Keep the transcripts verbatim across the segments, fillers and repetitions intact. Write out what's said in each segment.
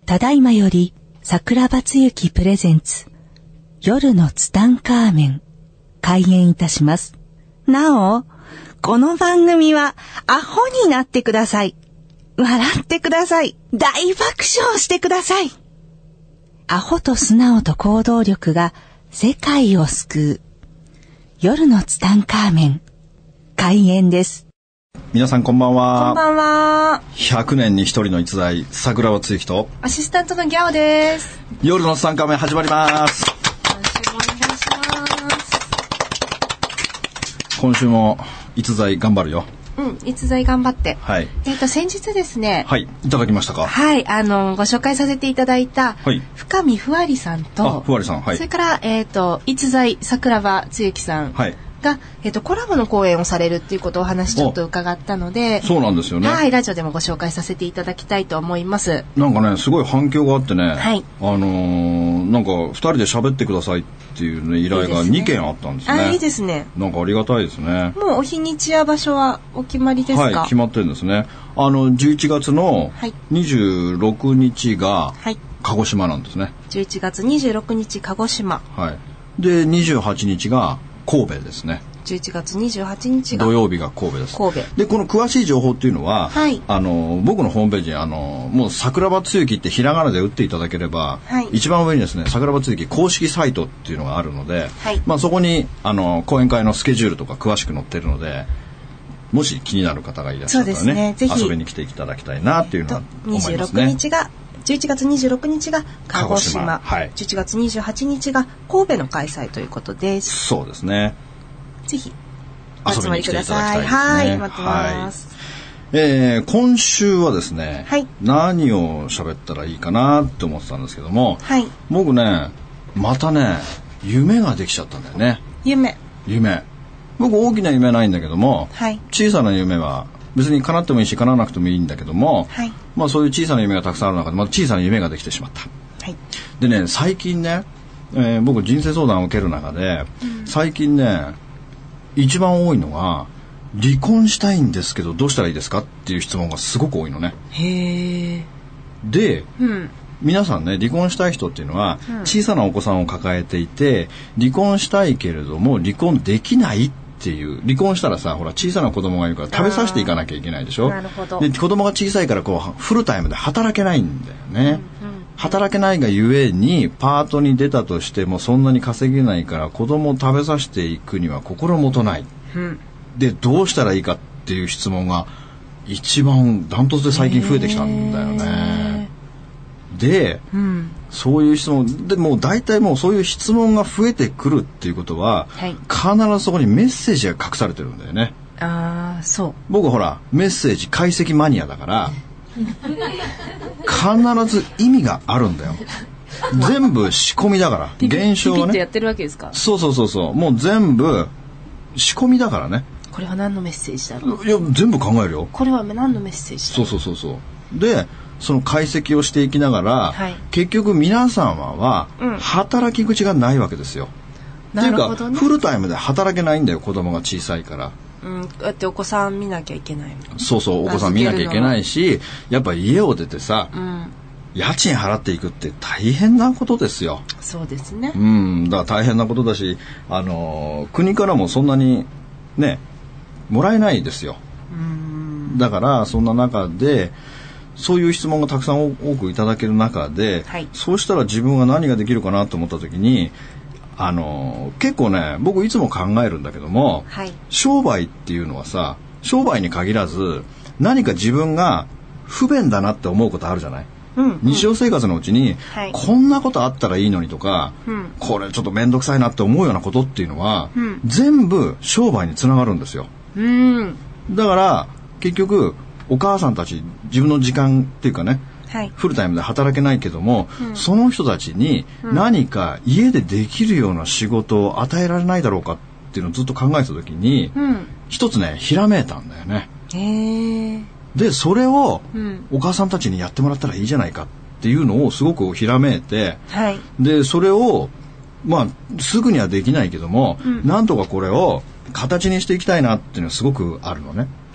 ただいまより桜庭つゆきプレゼンツ夜のツタンカーメン開演いたします。なお、この番組はアホになってください。笑ってください。大爆笑してください。アホと素直と行動力が世界を救う夜のツタンカーメン開演です。 皆さんこんばんは。 こんばんは。 ひゃくねんに一人の逸材桜庭つゆきとアシスタントのギャオです。 夜のツタンカーメン始まります。 今週もお願いします。 今週も逸材頑張るよ。 うん、逸材頑張って。 はい。 えっと先日ですね。 はい。いただきましたか。 はい、あのご紹介させていただいた、はい、深見ふわりさんと、 あ、ふわりさん、はい。 それからえっと逸材桜庭つゆきさん。はい。が、えっと、コラボの講演をされるっていうことをお話ちょっと伺ったので、 そうなんですよね。 はい、ラジオでもご紹介させていただきたいと思います。 なんかね、すごい反響があってね、はい、あのー、なんかふたりで喋ってくださいっていう、ね、依頼がにけんあったんですね。 あ、いいですね。 なんかありがたいですね。 もうお日にちや場所はお決まりですか？ はい、決まってるんですね。あのじゅういちがつのにじゅうろくにちが鹿児島なんですね。 じゅういちがつにじゅうろくにち鹿児島。 はい。でにじゅうはちにちが神戸ですね。 じゅういちがつにじゅうはちにちが土曜日が神戸です。 神戸でこの詳しい情報っていうのは、はい、あの僕のホームページにあのもう桜庭つゆきってひらがなで打っていただければ、はい、一番上にですね桜庭つゆき公式サイトっていうのがあるので、はい、まあ、そこにあの講演会のスケジュールとか詳しく載ってるので、もし気になる方がいらっしゃったら ね, ねぜひ遊びに来ていただきたいなっていうのは思いますね。 にじゅうろくにちがじゅういちがつにじゅうろくにちが鹿児島、はい、じゅういちがつにじゅうはちにちが神戸の開催ということです。 そうですね。 ぜひ遊びに来ていただきたいですね。 はい、待ってます。 はい、えー、今週はですね、はい、何を喋ったらいいかなって思ってたんですけども、はい、僕ねまたね夢ができちゃったんだよね。 夢夢僕大きな夢はないんだけども、はい、小さな夢は別に叶ってもいいし叶わなくてもいいんだけども、はい、まあ、そういう小さな夢がたくさんある中でまた小さな夢ができてしまった、はい、でね最近ね、えー、僕人生相談を受ける中で、うん、最近ね一番多いのが離婚したいんですけどどうしたらいいですかっていう質問がすごく多いのね。 へー。 で、うん、皆さんね離婚したい人っていうのは、うん、小さなお子さんを抱えていて離婚したいけれども離婚できないっていう離婚したらさほら小さな子供がいるから食べさせていかなきゃいけないでしょ。 なるほど。 で子供が小さいからこうフルタイムで働けないんだよね、うんうん、働けないがゆえにパートに出たとしてもそんなに稼げないから子供を食べさせていくには心もとない、うん、でどうしたらいいかっていう質問が一番ダントツで最近増えてきたんだよね。で、うん、そういう質問でもう大体もうそういう質問が増えてくるっていうことは、はい、必ずそこにメッセージが隠されてるんだよね。 ああ、そう。 僕ほらメッセージ解析マニアだから必ず意味があるんだよ。全部仕込みだから現象はね。 ピピッとやってるわけですか。 そうそうそうそう。もう全部仕込みだからね。 これは何のメッセージだろう。 いや全部考えるよ。 これは何のメッセージだろう。 そうそうそうそうでその解析をしていきながら、はい、結局皆様は働き口がないわけですよ、うん、っていうか、ね、フルタイムで働けないんだよ子供が小さいから、 うん、だってお子さん見なきゃいけない。 そうそうお子さん見なきゃいけないしやっぱ家を出てさ、うん、家賃払っていくって大変なことですよ。 そうですね、 うん、だから大変なことだし、あのー、国からもそんなにねもらえないですよ。うんだからそんな中でそういう質問がたくさん多くいただける中で、はい、そうしたら自分は何ができるかなと思った時にあの結構ね僕いつも考えるんだけども、はい、商売っていうのはさ商売に限らず何か自分が不便だなって思うことあるじゃない、うんうん、日常生活のうちに、はい、こんなことあったらいいのにとか、うん、これちょっと面倒くさいなって思うようなことっていうのは、うん、全部商売につながるんですよ、うん、だから結局お母さんたち自分の時間っていうかね、はい、フルタイムで働けないけども、うん、その人たちに何か家でできるような仕事を与えられないだろうかっていうのをずっと考えた時に、うん、一つねひらめいたんだよね。へー。でそれをお母さんたちにやってもらったらいいじゃないかっていうのをすごくひらめいて、はい、でそれをまあすぐにはできないけども、うん、なんとかこれを形にしていきたいなっていうのはすごくあるのね。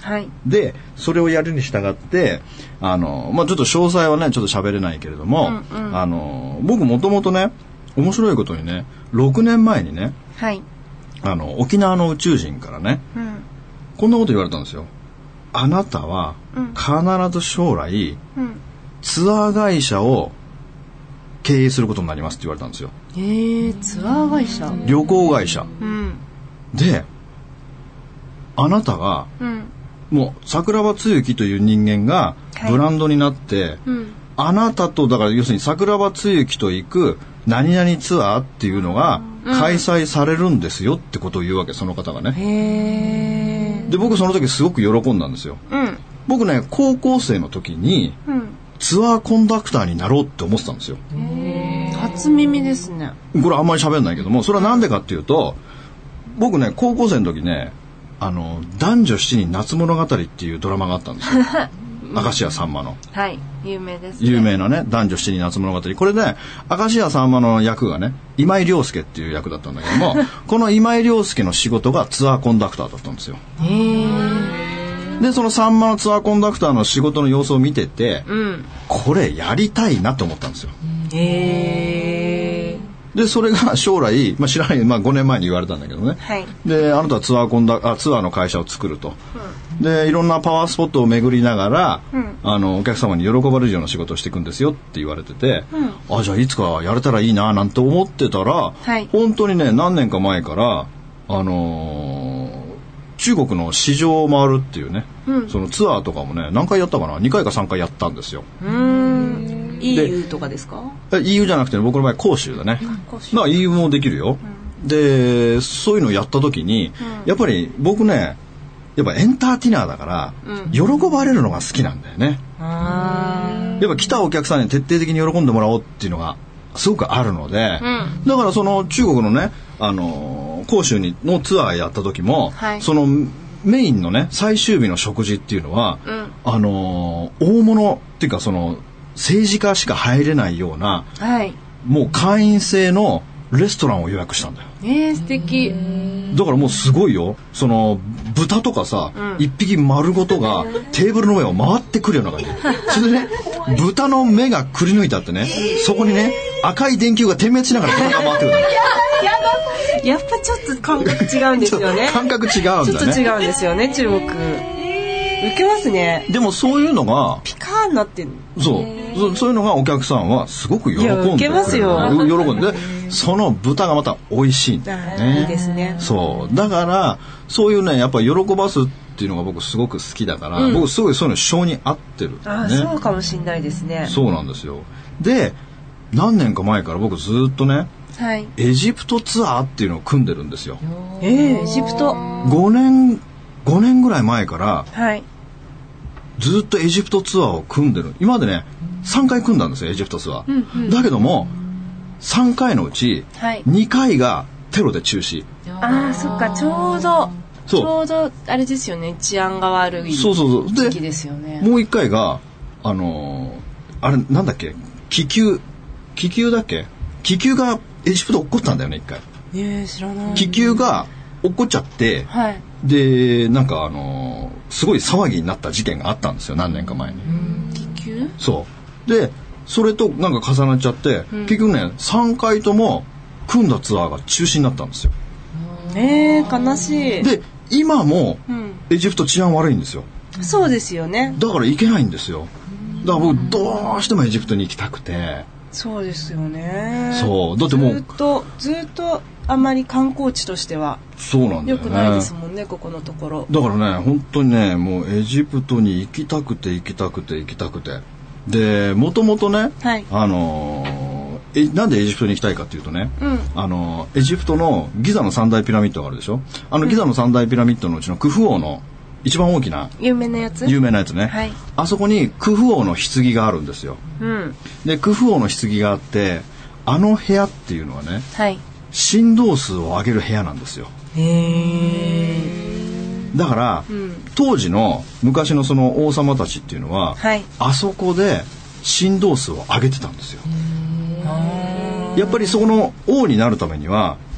はい、 でそれをやるに従ってあの、まあ、ちょっと詳細はねちょっと喋れないけれども、うんうん、あの僕もともとね面白いことにねろくねんまえにね、 はい、 あの沖縄の宇宙人からね、うん、こんなこと言われたんですよ。あなたは必ず将来、うん、ツアー会社を経営することになりますって言われたんですよ。 へー、ツアー会社、 旅行会社、 うん、 であなたが、うん、もう桜庭つゆきという人間がブランドになって、はい、うん、あなたとだから要するに桜庭つゆきと行く何々ツアーっていうのが開催されるんですよってことを言うわけ、その方がね。 へー。 で僕その時すごく喜んだんですよ、うん、僕ね高校生の時に、うん、ツアーコンダクターになろうって思ってたんですよ。 へー、初耳ですね。 これあんまり喋んないけども、それはなんでかっていうと僕ね高校生の時ねあの男女七人夏物語っていうドラマがあったんですよ明石家さんまの、 はい、有名ですね。 有名なね男女七人夏物語、これね明石家さんまの役がね今井亮介っていう役だったんだけどもこの今井亮介の仕事がツアーコンダクターだったんですよ。 へー。 でそのさんまのツアーコンダクターの仕事の様子を見てて、うん、これやりたいなと思ったんですよ。 へー。 でそれが将来、まあ、知らない、まあ、ごねんまえに言われたんだけどね、 はい、 であなたはツアーコンダあツアーの会社を作ると、うん、でいろんなパワースポットを巡りながら、うん、あのお客様に喜ばれるような仕事をしていくんですよって言われてて、うん、あじゃあいつかやれたらいいななんて思ってたら、はい、本当にね何年か前からあのー、中国の市場を回るっていうね、うん、そのツアーとかもね何回やったかなにかいかさんかいやったんですよ。 うーん、イーユー とかですか？ イーユー じゃなくて、ね、僕の場合広州だね。まあ イーユー もできるよ、うん、でそういうのをやった時に、うん、やっぱり僕ねやっぱエンターテイナーだから、うん、喜ばれるのが好きなんだよね。 あやっぱ来たお客さんに徹底的に喜んでもらおうっていうのがすごくあるので、うん、だからその中国のねあの広州にのツアーやった時も、はい、そのメインのね最終日の食事っていうのは、うん、あの大物っていうかその政治家しか入れないような、はい、もう会員制のレストランを予約したんだよ。 えー、素敵。 だからもうすごいよ。その豚とかさ、うん、一匹丸ごとがテーブルの上を回ってくるような感じ。それでね豚の目がくり抜いてあってね、そこにね赤い電球が点滅しながら豚が回ってくる。 やっぱちょっと感覚違うんですよね。 感覚違うんだね。 ちょっと違うんですよね中国。受けますね。 でもそういうのがピカーになってる。 そうそ、そういうのがお客さんはすごく喜んでくれる。 いや受けますよ。 喜んでその豚がまた美味しいんだよね。 いいですね。 そうだからそういうねやっぱり喜ばすっていうのが僕すごく好きだから、うん、僕すごいそういうの性に合ってる、ね、 あそうかもしれないですね。 そうなんですよ。で何年か前から僕ずっとね、はい、エジプトツアーっていうのを組んでるんですよ。 えー、エジプトごねんごねんぐらい前から、 はい、 ずっとエジプトツアーを組んでる。今までねさんかい組んだんですよエジプトツアー、うんうん、だけどもさんかいのうちにかいがテロで中止。 ああそっかちょうどちょうどあれですよね治安が悪い時期ですよね。 もういっかいがあのー、あれなんだっけ気球気球だっけ気球がエジプト落っこったんだよねいっかい。 えー、知らない。 気球が落っこっちゃって、はい、でなんかあのー、すごい騒ぎになった事件があったんですよ何年か前に。 気球そうでそれとなんか重なっちゃって、うん、結局ねさんかいとも組んだツアーが中止になったんですよ。 えー、悲しい。 で今もエジプト治安悪いんですよ、 うん、そうですよね。 だから行けないんですよ。だから僕どうしてもエジプトに行きたくて。 そうですよね。 そうだってもうずっとずっとあまり観光地としてはそうなんだよね。 良くないですもんねここのところ。 だからね本当にねもうエジプトに行きたくて行きたくて行きたくてでもともとね、はい、あのー、えなんでエジプトに行きたいかっていうとね、うん、あのー、エジプトのギザの三大ピラミッドがあるでしょ。あのギザの三大ピラミッドのうちのクフ王の一番大きな有名なやつ有名なやつね、はい、あそこにクフ王の棺があるんですよ、うん、でクフ王の棺があってあの部屋っていうのはね、はい、振動数を上げる部屋なんですよ。 へー。 だから、うん、当時の昔のその王様たちっていうのは、はい、あそこで振動数を上げてたんですよ。やっぱりそこの王になるためには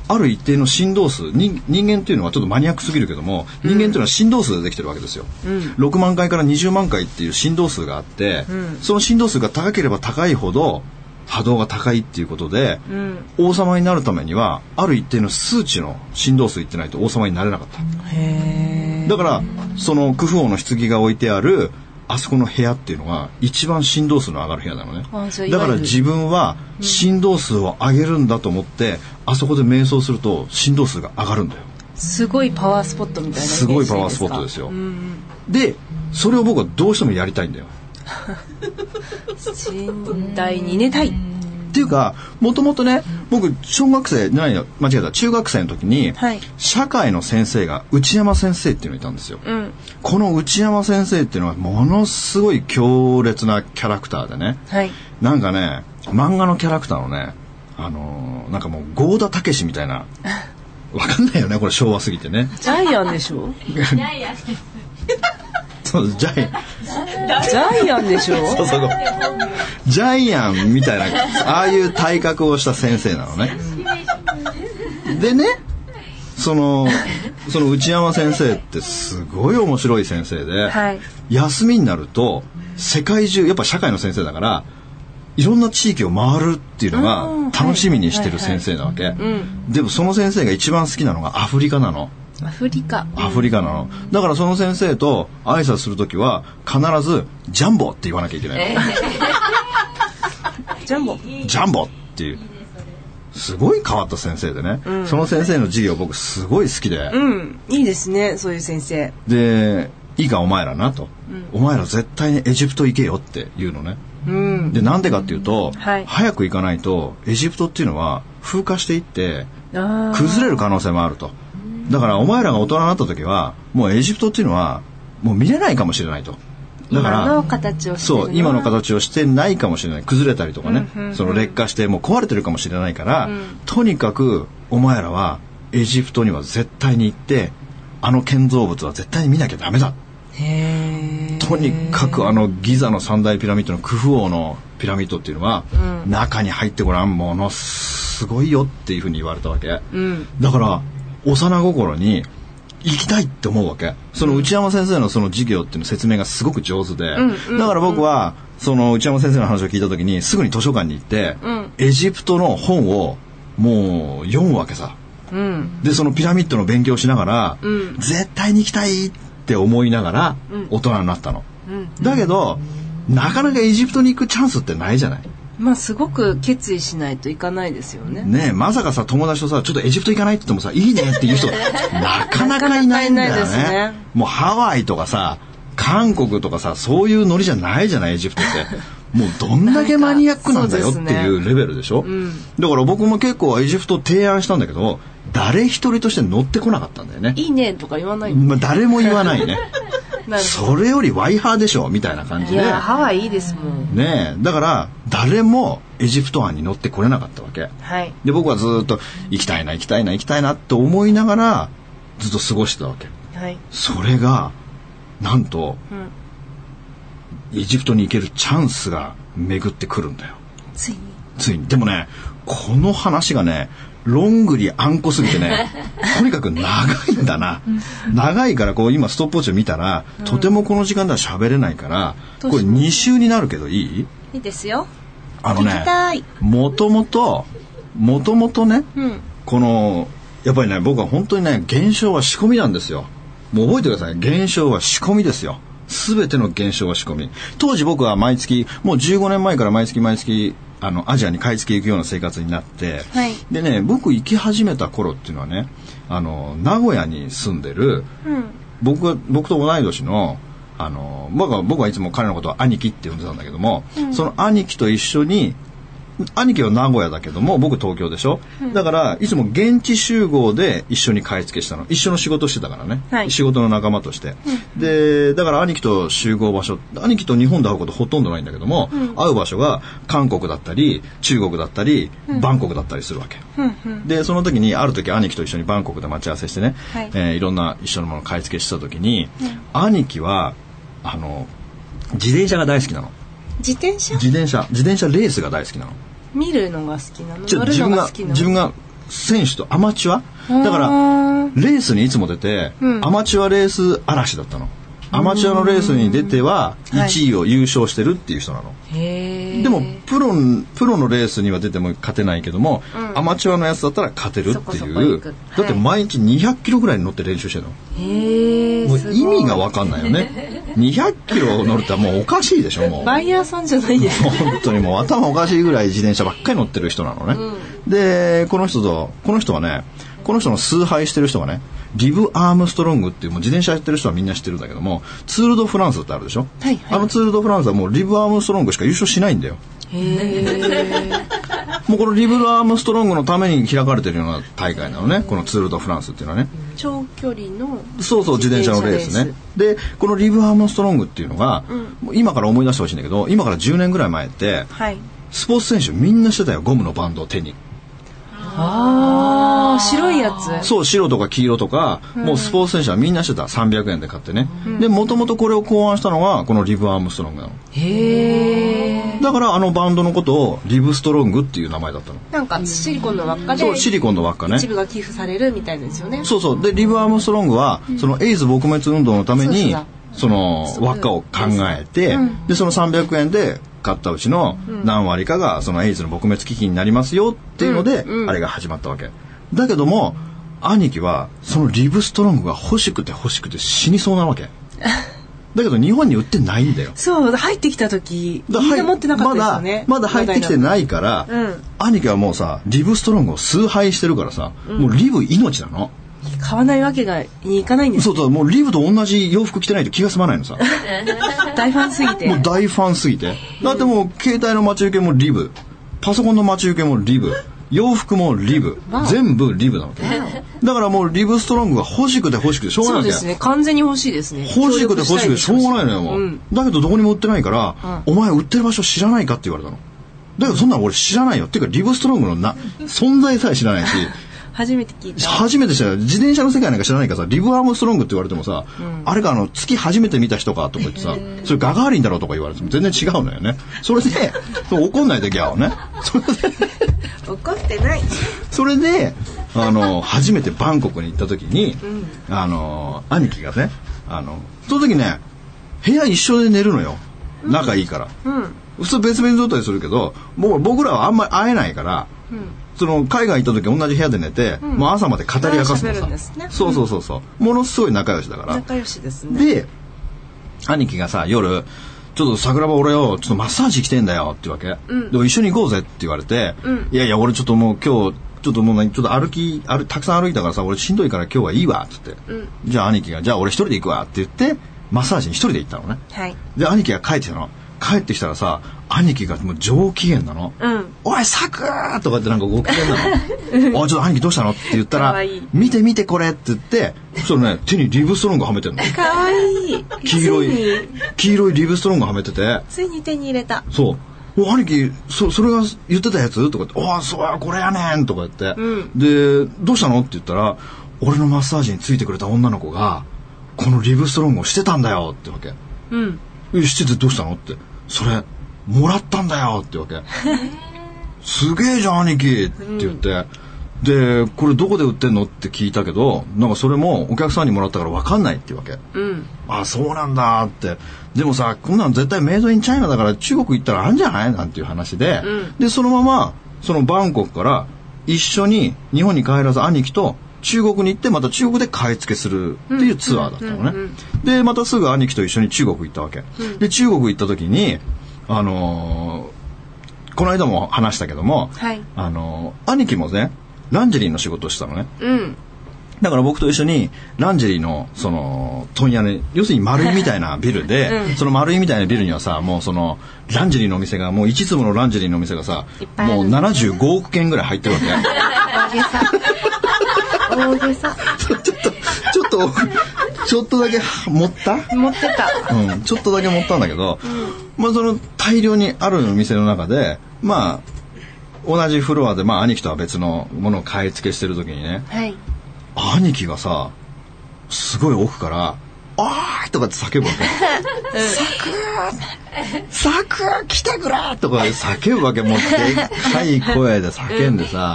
ある一定の振動数、人間っていうのはちょっとマニアックすぎるけども、人間っていうのは振動数でできてるわけですよ、うん、ろくまんかいからにじゅうまんかいっていう振動数があって、うん、その振動数が高ければ高いほど波動が高いっていうことで、うん、王様になるためにはある一定の数値の振動数いってないと王様になれなかった。へー。だからそのクフ王の棺が置いてあるあそこの部屋っていうのが一番振動数の上がる部屋なのね。だから自分は振動数を上げるんだと思って、うん、あそこで瞑想すると振動数が上がるんだよ。 すごいパワースポットみたいなイメージですか？ すごいパワースポットですよ、うん、でそれを僕はどうしてもやりたいんだよ。 寝台に寝たいっていうか、もともとね、僕小学生じゃないよ、間違えた、中学生の時に、はい、社会の先生が内山先生っていうのがいたんですよ、うん、この内山先生っていうのはものすごい強烈なキャラクターでね、はい、なんかね漫画のキャラクターのね、あのー、なんかもう郷田武史みたいなわかんないよねこれ昭和すぎてね。 ジャイアンでしょ。ジャイアンそうジャイジャイアンでしょ。 そうそうジャイアンみたいなああいう体格をした先生なのね。でね、そのその内山先生ってすごい面白い先生で、はい、休みになると世界中やっぱ社会の先生だからいろんな地域を回るっていうのが楽しみにしてる先生なわけ、はいはいはい、でもその先生が一番好きなのがアフリカなの。 アフリカアフリカなの。だからその先生と挨拶するときは必ずジャンボって言わなきゃいけない、えー、ジャンボジャンボっていうすごい変わった先生でね、うん、その先生の授業僕すごい好きで、 うん、いいですねそういう先生で、いいかお前らなと、うん、お前ら絶対にエジプト行けよって言うのね、うん、でなんでかっていうと、はい、早く行かないとエジプトっていうのは風化していって崩れる可能性もあると。だからお前らが大人になった時はもうエジプトっていうのはもう見れないかもしれないと。だから今の形をしてるそう今の形をしてないかもしれない、崩れたりとかね、うんうんうん、その劣化してもう壊れてるかもしれないから、うん、とにかくお前らはエジプトには絶対に行ってあの建造物は絶対に見なきゃダメだ。へー。とにかくあのギザの三大ピラミッドのクフ王のピラミッドっていうのは、うん、中に入ってごらんものすごいよっていうふうに言われたわけ、うん、だから幼心に行きたいって思うわけ。その内山先生のその授業っていうの説明がすごく上手で、うんうん、だから僕はその内山先生の話を聞いた時にすぐに図書館に行って、うん、エジプトの本をもう読むわけさ、うん、でそのピラミッドの勉強をしながら、うん、絶対に行きたいって思いながら大人になったの、うん、だけどなかなかエジプトに行くチャンスってないじゃない。 まあすごく決意しないといかないですよね。 ねえ、まさかさ友達とさちょっとエジプト行かないって言ってもさいいねっていう人なかなかいないんだよね。なかなかいないですね。もうハワイとかさ韓国とかさそういうノリじゃないじゃないエジプトって。もうどんだけマニアックなんだよっていうレベルでしょ、ね、うん、だから僕も結構エジプト提案したんだけど誰一人として乗ってこなかったんだよね。 いいねとか言わない、 まあ、誰も言わないねそれよりワイハーでしょみたいな感じで。 いやハワイいいですもんねえ。だから誰もエジプト湾に乗ってこれなかったわけ、はい、で僕はずっと行きたいな行きたいな行きたいなって思いながらずっと過ごしてたわけ、はい、それがなんと、うん、エジプトに行けるチャンスが巡ってくるんだよ。 ついについに。でもねこの話がねロングリあんこすぎてねとにかく長いんだな長いからこう今ストップウォッチを見たら、うん、とてもこの時間では喋れないからこれに週になるけどいい？ いいですよ。 あのねもともともともとね、うん、このやっぱりね僕は本当にね現象は仕込みなんですよ。もう覚えてください。現象は仕込みですよ。全ての現象は仕込み。当時僕は毎月もうじゅうごねんまえから毎月毎月あのアジアに買い付け行くような生活になって、はい、でね僕行き始めた頃っていうのはねあの名古屋に住んでる、うん、僕が僕と同い年のあの僕は僕はいつも彼のことは兄貴って呼んでたんだけども、うん、その兄貴と一緒に兄貴は名古屋だけども僕東京でしょ、うん、だからいつも現地集合で一緒に買い付けしたの。一緒の仕事してたからね、はい、仕事の仲間として、うん、でだから兄貴と集合場所兄貴と日本で会うことほとんどないんだけども、うん、会う場所が韓国だったり中国だったり、うん、バンコクだったりするわけ、うんうん、でその時にある時兄貴と一緒にバンコクで待ち合わせしてね、はいえー、いろんな一緒のものを買い付けした時に、うん、兄貴はあの自転車が大好きなの。 自転車自転車自転車レースが大好きなの。 見るのが好きなの乗るのが好きなの。 自分が自分が選手とアマチュアだからレースにいつも出て、うん、アマチュアレース嵐だったの。アマチュアのレースに出てはいちいを優勝してるっていう人なの、はい、でもプロプロのレースには出ても勝てないけども、うん、アマチュアのやつだったら勝てるっていう。そこそこだって毎日にひゃっキロぐらいに乗って練習してるの。へー、もう意味が分かんないよね。にひゃっキロ乗るってもうおかしいでしょ。もうバイヤーさんじゃないですか。 本当にもう頭おかしいぐらい自転車ばっかり乗ってる人なのね、うん、でこの人とこの人はねこの人の崇拝してる人がねリブ・アームストロングっていうもう自転車やってる人はみんな知ってるんだけどもツール・ド・フランスってあるでしょ、はいはい、あのツール・ド・フランスはもうリブ・アームストロングしか優勝しないんだよ。へー。もうこのリブ・アームストロングのために開かれてるような大会なのねこのツール・ド・フランスっていうのはね。 長距離のそうそう自転車のレースね。でこのリブ・アームストロングっていうのが、うん、今から思い出してほしいんだけど今からじゅうねんぐらい前って、はい、スポーツ選手みんなしてたよゴムのバンドを手に。 あー白いやつ。 そう白とか黄色とか、うん、もうスポーツ選手はみんなしてた。さんびゃくえんで買ってね、うん、でもともとこれを考案したのがこのリブ・アームストロングなの。へー。だからあのバンドのことをリブストロングっていう名前だったの。 なんかシリコンの輪っかでそうシリコンの輪っかね一部が寄付されるみたいですよね。 そうそうでリブ・アームストロングは、うん、そのエイズ撲滅運動のために、うん、その輪っかを考えて、うん、でそのさんびゃくえんで買ったうちの何割かがそのエイズの撲滅危機になりますよっていうので、うんうん、あれが始まったわけだけども兄貴はそのリブストロングが欲しくて欲しくて死にそうなわけだけど日本に売ってないんだよ。 そう入ってきた時みんな持ってなかったですよね。 まだまだ入ってきてないから、うん、兄貴はもうさリブストロングを崇拝してるからさ、うん、もうリブ命なの。 買わないわけがにいかないんです。 そうそうもうリブと同じ洋服着てないと気が済まないのさ大ファンすぎて。 もう大ファンすぎてだってもう携帯の待ち受けもリブパソコンの待ち受けもリブ洋服もリブ全部リブなわけだからもうリブストロングが欲しくて欲しくてしょうがないわけ。 そうですね完全に欲しいですね。 欲しくて欲しくてしょうがないのよもう、うん、だけどどこにも売ってないから、うん、お前売ってる場所知らないかって言われたの。だけどそんなの俺知らないよっていうかリブストロングのな存在さえ知らないし初めて聞いた。 初めて知らない。自転車の世界なんか知らないからさリブ・アームストロングって言われてもさ、うん、あれかあの月初めて見た人かとか言ってさそれガガーリンだろうとか言われても全然違うのよね。それで怒んないでギャオねそれで怒ってない。 それであの初めてバンコクに行った時に、うん、あの兄貴がねあのその時ね部屋一緒で寝るのよ仲いいから、うん、普通別々状態するけどもう僕らはあんまり会えないから、うんその海外行った時同じ部屋で寝て、うん、もう朝まで語り明かすのさ、ね、そうそうそうそう、うん、ものすごい仲良しだから仲良しですね。 で兄貴がさ夜ちょっと桜庭俺よちょっとマッサージ来てんだよって言うわけ、うん、で一緒に行こうぜって言われて、うん、いやいや俺ちょっともう今日ちょっともうちょっと歩き歩たくさん歩いたからさ俺しんどいから今日はいいわっつって、うん、じゃあ兄貴がじゃあ俺一人で行くわって言ってマッサージに一人で行ったのね、はい、で兄貴が帰ってきたの。帰ってきたらさ兄貴がもう上機嫌なの、うん、おいサクーとかってなんかご機嫌なのおいちょっと兄貴どうしたのって言ったらいい見て見てこれって言ってそしたらね手にリブストロングはめてるの。 かわいい黄色い黄色いリブストロングはめててついに手に入れた。 そうお兄貴 そ, それが言ってたやつとか言っておそうやこれやねんとか言って、うん、でどうしたのって言ったら俺のマッサージについてくれた女の子がこのリブストロングをしてたんだよってわけ、うんしててどうしたのってそれもらったんだよってわけすげえじゃん兄貴って言って、うん、でこれどこで売ってんのって聞いたけどなんかそれもお客さんにもらったから分かんないってわけ、うん、あそうなんだってでもさこんなの絶対メイドインチャイナだから中国行ったらあるんじゃないなんていう話で、うん、でそのままそのバンコクから一緒に日本に帰らず兄貴と中国に行ってまた中国で買い付けするっていうツアーだったのね、うんうんうんうん、でまたすぐ兄貴と一緒に中国行ったわけ、うん、で中国行った時にあのー、この間も話したけども、はい、あのー、兄貴もねランジェリーの仕事をしたのね、うん、だから僕と一緒にランジェリーのその問屋ね要するに丸いみたいなビルで、うん、その丸いみたいなビルにはさもうそのランジェリーのお店がもう一粒のランジェリーのお店がさもうななじゅうごおくけんぐらい入ってるわけ大げさちょっとちょっとちょっとだけ持った持ってた、 うん、ちょっとだけ持ったんだけど、うん、まあその大量にある店の中でまあ同じフロアでまあ兄貴とは別のものを買い付けしてる時にね、はい、兄貴がさすごい奥からおーいとかって叫ぶわけサクーサクー来てくれとか叫ぶわけもうでっかい声で叫んでさ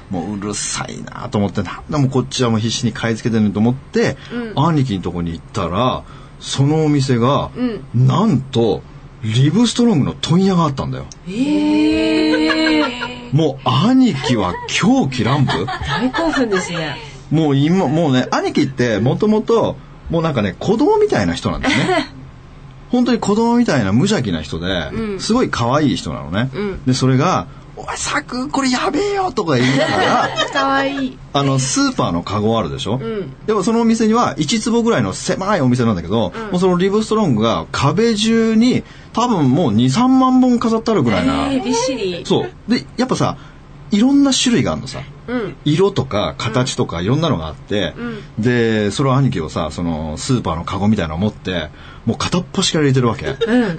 もううるさいなと思って、なんでもこっちはもう必死に買い付けてると思って、うん、兄貴のとこに行ったらそのお店が、うん、なんとリブストロングの問屋があったんだよ。 へー。 もう兄貴は狂気乱舞。 大興奮ですね。 もう今もうね、兄貴ってもともともうなんかね、子供みたいな人なんだよね。本当に子供みたいな無邪気な人で、うん、すごい可愛い人なのね、うん、でそれがお前サクこれやべえよとか言いながら可愛いあのスーパーのカゴあるでしょ、うん、でもそのお店にはいち坪ぐらいの狭いお店なんだけど、うん、もうそのリブストロングが壁中に多分もう にさんまんぼん飾ってあるぐらいな、 えー、びっしり。 そうでやっぱさいろんな種類があるのさ、うん、色とか形とかいろんなのがあって、うん、でそれを兄貴をさそのスーパーのカゴみたいなのを持ってもう片っ端から入れてるわけ、うん、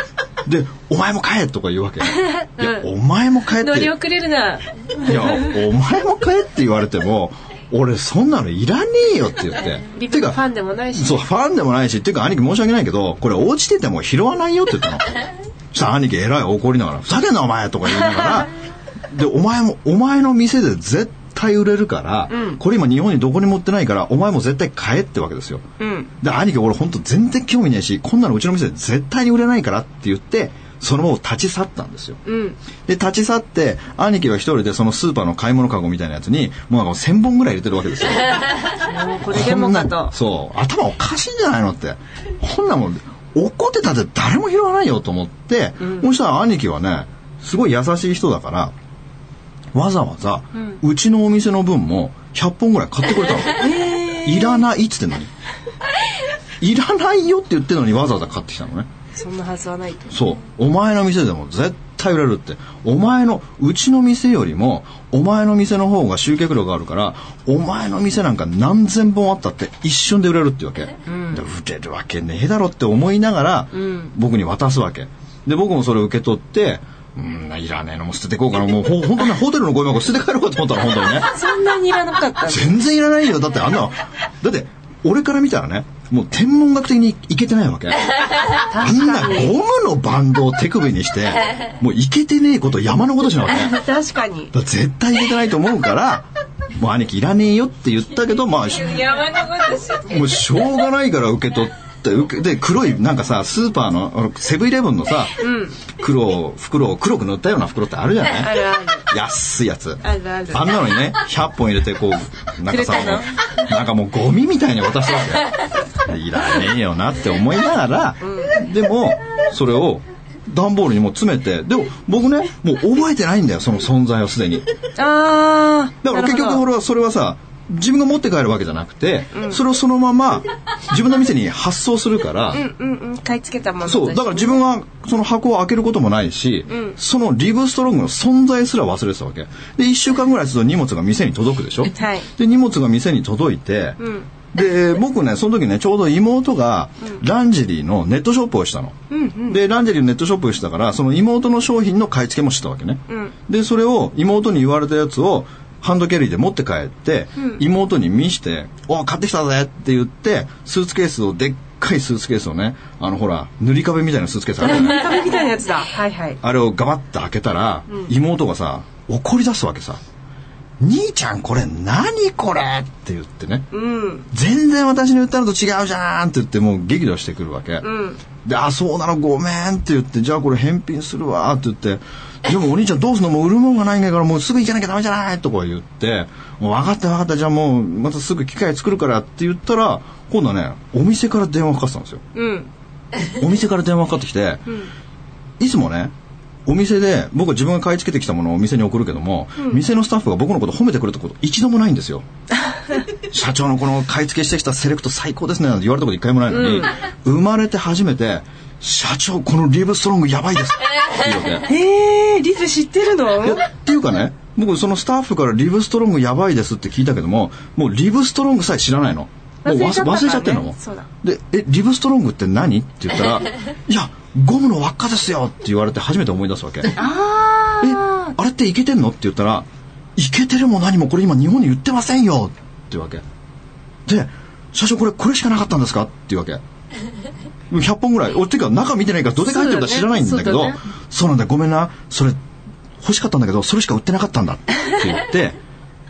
でお前も買えとか言うわけ、うん、いやお前も買えって乗り遅れるな、 いやお前も買えって言われても俺そんなのいらねえよって言ってリブのファンでもないし、 そうファンでもないしっていうか兄貴申し訳ないけどこれ落ちてても拾わないよって言ったの。そしたら兄貴えらい怒りながらふざけんなお前とか言いながらでお前もお前の店で絶対売れるから、うん、これ今日本にどこにも売ってないからお前も絶対買えってわけですよ、うん、で兄貴俺本当全然興味ねえしこんなのうちの店で絶対に売れないからって言ってそのまま立ち去ったんですよ、うん、で立ち去って兄貴は一人でそのスーパーの買い物カゴみたいなやつにもうなんかせんぼんぐらい入れてるわけですよ。 もうこれでもかとそう頭おかしいんじゃないのってこんなもん怒ってたって誰も拾わないよと思って、うん、そしたら兄貴はねすごい優しい人だからわざわざ、うん、うちのお店の分もひゃっぽんぐらい買ってくれたの、えー、いらないっつってんのにいらないよって言ってるのにわざわざ買ってきたのね。 そんなはずはないと。 そうお前の店でも絶対売れるってお前のうちの店よりもお前の店の方が集客力があるからお前の店なんか何千本あったって一瞬で売れるってわけ、うん、で売れるわけねえだろって思いながら、うん、僕に渡すわけで僕もそれを受け取ってうんいらねえのも捨ててこうかなもうほ本当にホテルのゴミ箱捨てて帰ろうかと思ったら本当にねそんなにいらなかった全然いらないよだってあんなだって俺から見たらねもう天文学的にいけてないわけあんなゴムのバンドを手首にしてもういけてねえこと山のことしなわけ確かにだ絶対いけてないと思うからもう兄貴いらねえよって言ったけどまあ山のことしもうしょうがないから受け取ってで黒いなんかさスーパーのセブンイレブンのさ、うん、黒袋を黒く塗ったような袋ってあるじゃないあるある安いやつあるあるあんなのにねひゃっぽん入れてこうなんかさもうなんかもうゴミみたいに渡すわけいらねえよなって思いながら、うん、でもそれを段ボールにも詰めてでも僕ねもう覚えてないんだよその存在をすでにあだから結局俺はそれはさ自分が持って帰るわけじゃなくて、うん、それをそのまま自分の店に発送するからうんうん、うん、買い付けたものそうだから自分はその箱を開けることもないし、うん、そのリブストロングの存在すら忘れてたわけでいっしゅうかんぐらいすると荷物が店に届くでしょ、はい、で荷物が店に届いて、うん、で僕ねその時ねちょうど妹がランジェリーのネットショップをしたの、うんうん、でランジェリーのネットショップをしたからその妹の商品の買い付けもしたわけね、うん、でそれを妹に言われたやつをハンドキャリーで持って帰って、うん、妹に見してお買ってきたぜって言ってスーツケースをでっかいスーツケースをねあのほら塗り壁みたいなスーツケースあるじゃない塗り壁みたいなやつだはいはいあれをガバッと開けたら、うん、妹がさ怒り出すわけさ兄ちゃんこれ何これって言ってね、うん、全然私に言ったのと違うじゃんって言ってもう激怒してくるわけ、うん、であそうなのごめんって言ってじゃあこれ返品するわって言ってでもお兄ちゃんどうすんのもう売るもんがないんだからもうすぐ行かなきゃダメじゃないとか言ってもう分かった分かったじゃあもうまたすぐ機械作るからって言ったら今度はねお店から電話かかってたんですよ、うん、お店から電話かかってきて、うん、いつもねお店で僕は自分が買い付けてきたものをお店に送るけども、うん、店のスタッフが僕のこと褒めてくれたこと一度もないんですよ社長のこの買い付けしてきたセレクト最高ですねなんて言われたこと一回もないのに、うん、生まれて初めて社長このリブストロングやばいですって言うわけへーリブ知ってるのっていうかね僕そのスタッフからリブストロングやばいですって聞いたけどももうリブストロングさえ知らないのもう忘れちゃったからね、忘れちゃってんのもそうだでえリブストロングって何って言ったらいやゴムの輪っかですよって言われて初めて思い出すわけあえあれってイケてんのって言ったらイケてるも何もこれ今日本に売ってませんよっていうわけで社長これこれしかなかったんですかっていうわけひゃっぽんぐらい俺っていうか中見てないからどれか入ってるか知らないんだけど そう,、ね そう, ね、そうなんだごめんなそれ欲しかったんだけどそれしか売ってなかったんだって言って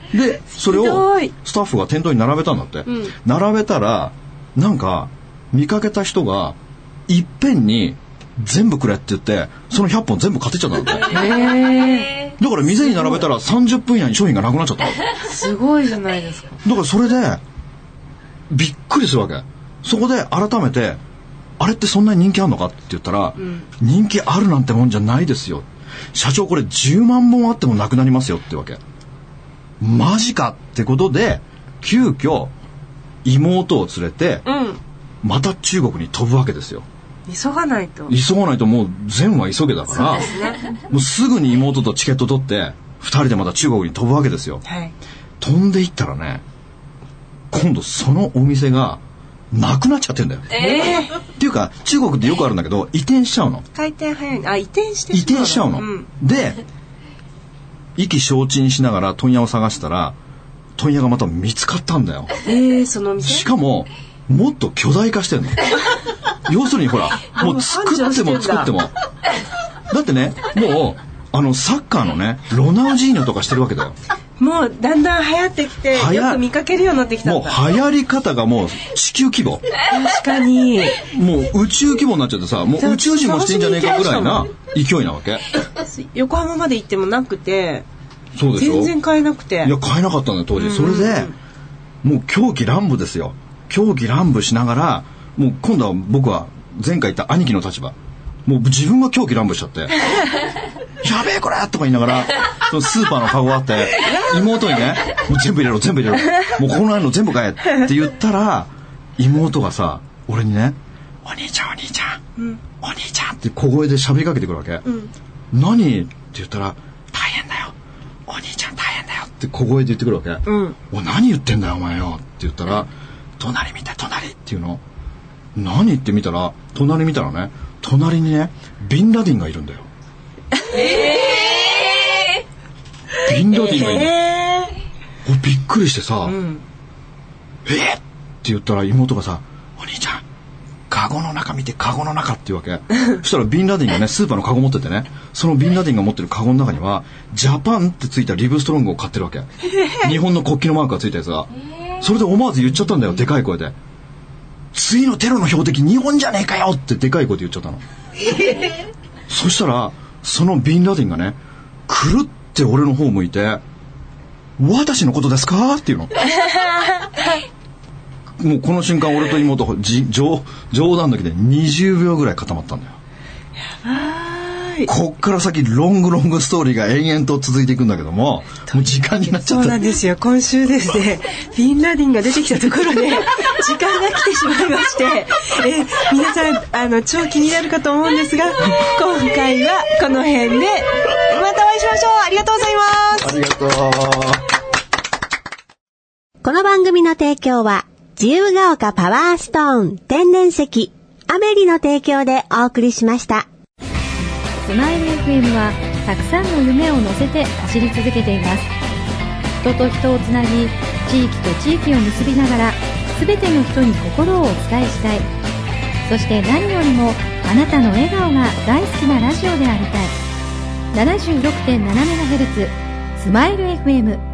でそれをスタッフが店頭に並べたんだって、うん、並べたらなんか見かけた人がいっぺんに全部くれって言ってそのひゃっぽん全部買ってっちゃったんだって。へー。だから店に並べたらさんじゅっぷん以内に商品がなくなっちゃった。 すごいじゃないですか。 だからそれでびっくりするわけ。そこで改めてあれってそんなに人気あるのかって言ったら、うん、人気あるなんてもんじゃないですよ。社長これじゅうまんぼんあってもなくなりますよってわけ。マジかってことで急遽妹を連れて、うん、また中国に飛ぶわけですよ。 急がないと急がないともう善は急げだから、そうですね、もうすぐに妹とチケット取ってふたりでまた中国に飛ぶわけですよ、はい、飛んでいったらね今度そのお店がなくなっちゃってんだよ、えー、っていうか中国ってよくあるんだけど移転しちゃうの。 回転早い。あ、移転してしまうの。移転しちゃうの、うん、で意気消沈しながら問屋を探したら問屋がまた見つかったんだよ。 えー、その店しかももっと巨大化してるの。要するにほらもう作っても作ってもだってねもうあのサッカーのねロナウジーニョとかしてるわけだよ。 もうだんだん流行ってきてよく見かけるようになってきたんだ。 もう流行り方がもう地球規模。 確かにもう宇宙規模になっちゃってさもう宇宙人もしてんじゃねえかぐらいな勢いなわけ。 横浜まで行ってもなくてそうでしょ全然買えなくて。 いや買えなかったんだよ当時。それでもう狂気乱舞ですよ。狂気乱舞しながらもう今度は僕は前回言った兄貴の立場もう自分が狂気乱舞しちゃってやべえこれとか言いながらそのスーパーのカゴがあって妹にねもう全部入れろ全部入れろもうこの辺の全部買えって言ったら妹がさ俺にねお兄ちゃんお兄ちゃん、うん、お兄ちゃんって小声で喋りかけてくるわけ、うん、何って言ったら大変だよお兄ちゃん大変だよって小声で言ってくるわけ、うん、お何言ってんだよお前よって言ったら隣見て隣っていうの何って見たら隣見たらね隣にねビンラディンがいるんだよ。えー、ビンラディンがいるの、えー、びっくりしてさ、うん、えー、って言ったら妹がさお兄ちゃんカゴの中見てカゴの中っていうわけそしたらビンラディンがねスーパーのカゴ持っててねそのビンラディンが持ってるカゴの中にはジャパンってついたリブストロングを買ってるわけ、えー、日本の国旗のマークがついたやつが、えー、それで思わず言っちゃったんだよでかい声で次のテロの標的日本じゃねえかよってでかい声で言っちゃったの、えー、そしたらそのビンラディンがねくるって俺の方向いて私のことですかっていうのもうこの瞬間俺と妹じ冗談だけでにじゅうびょうぐらい固まったんだよ。やばい。こっから先ロングロングストーリーが延々と続いていくんだけどももう時間になっちゃった。 そうなんですよ。今週ですねビンラディンが出てきたところで時間が来てしまいましてえ皆さんあの超気になるかと思うんですが今回はこの辺でまたお会いしましょう。ありがとうございます。 ありがとう。 この番組の提供は自由が丘パワーストーン天然石アメリの提供でお送りしました。 スマイル エフエム はたくさんの夢を乗せて走り続けています。人と人をつなぎ地域と地域を結びながら全ての人に心をお伝えしたい。そして何よりもあなたの笑顔が大好きなラジオでありたい。 ななじゅうろくてんななメガヘルツ スマイル エフエム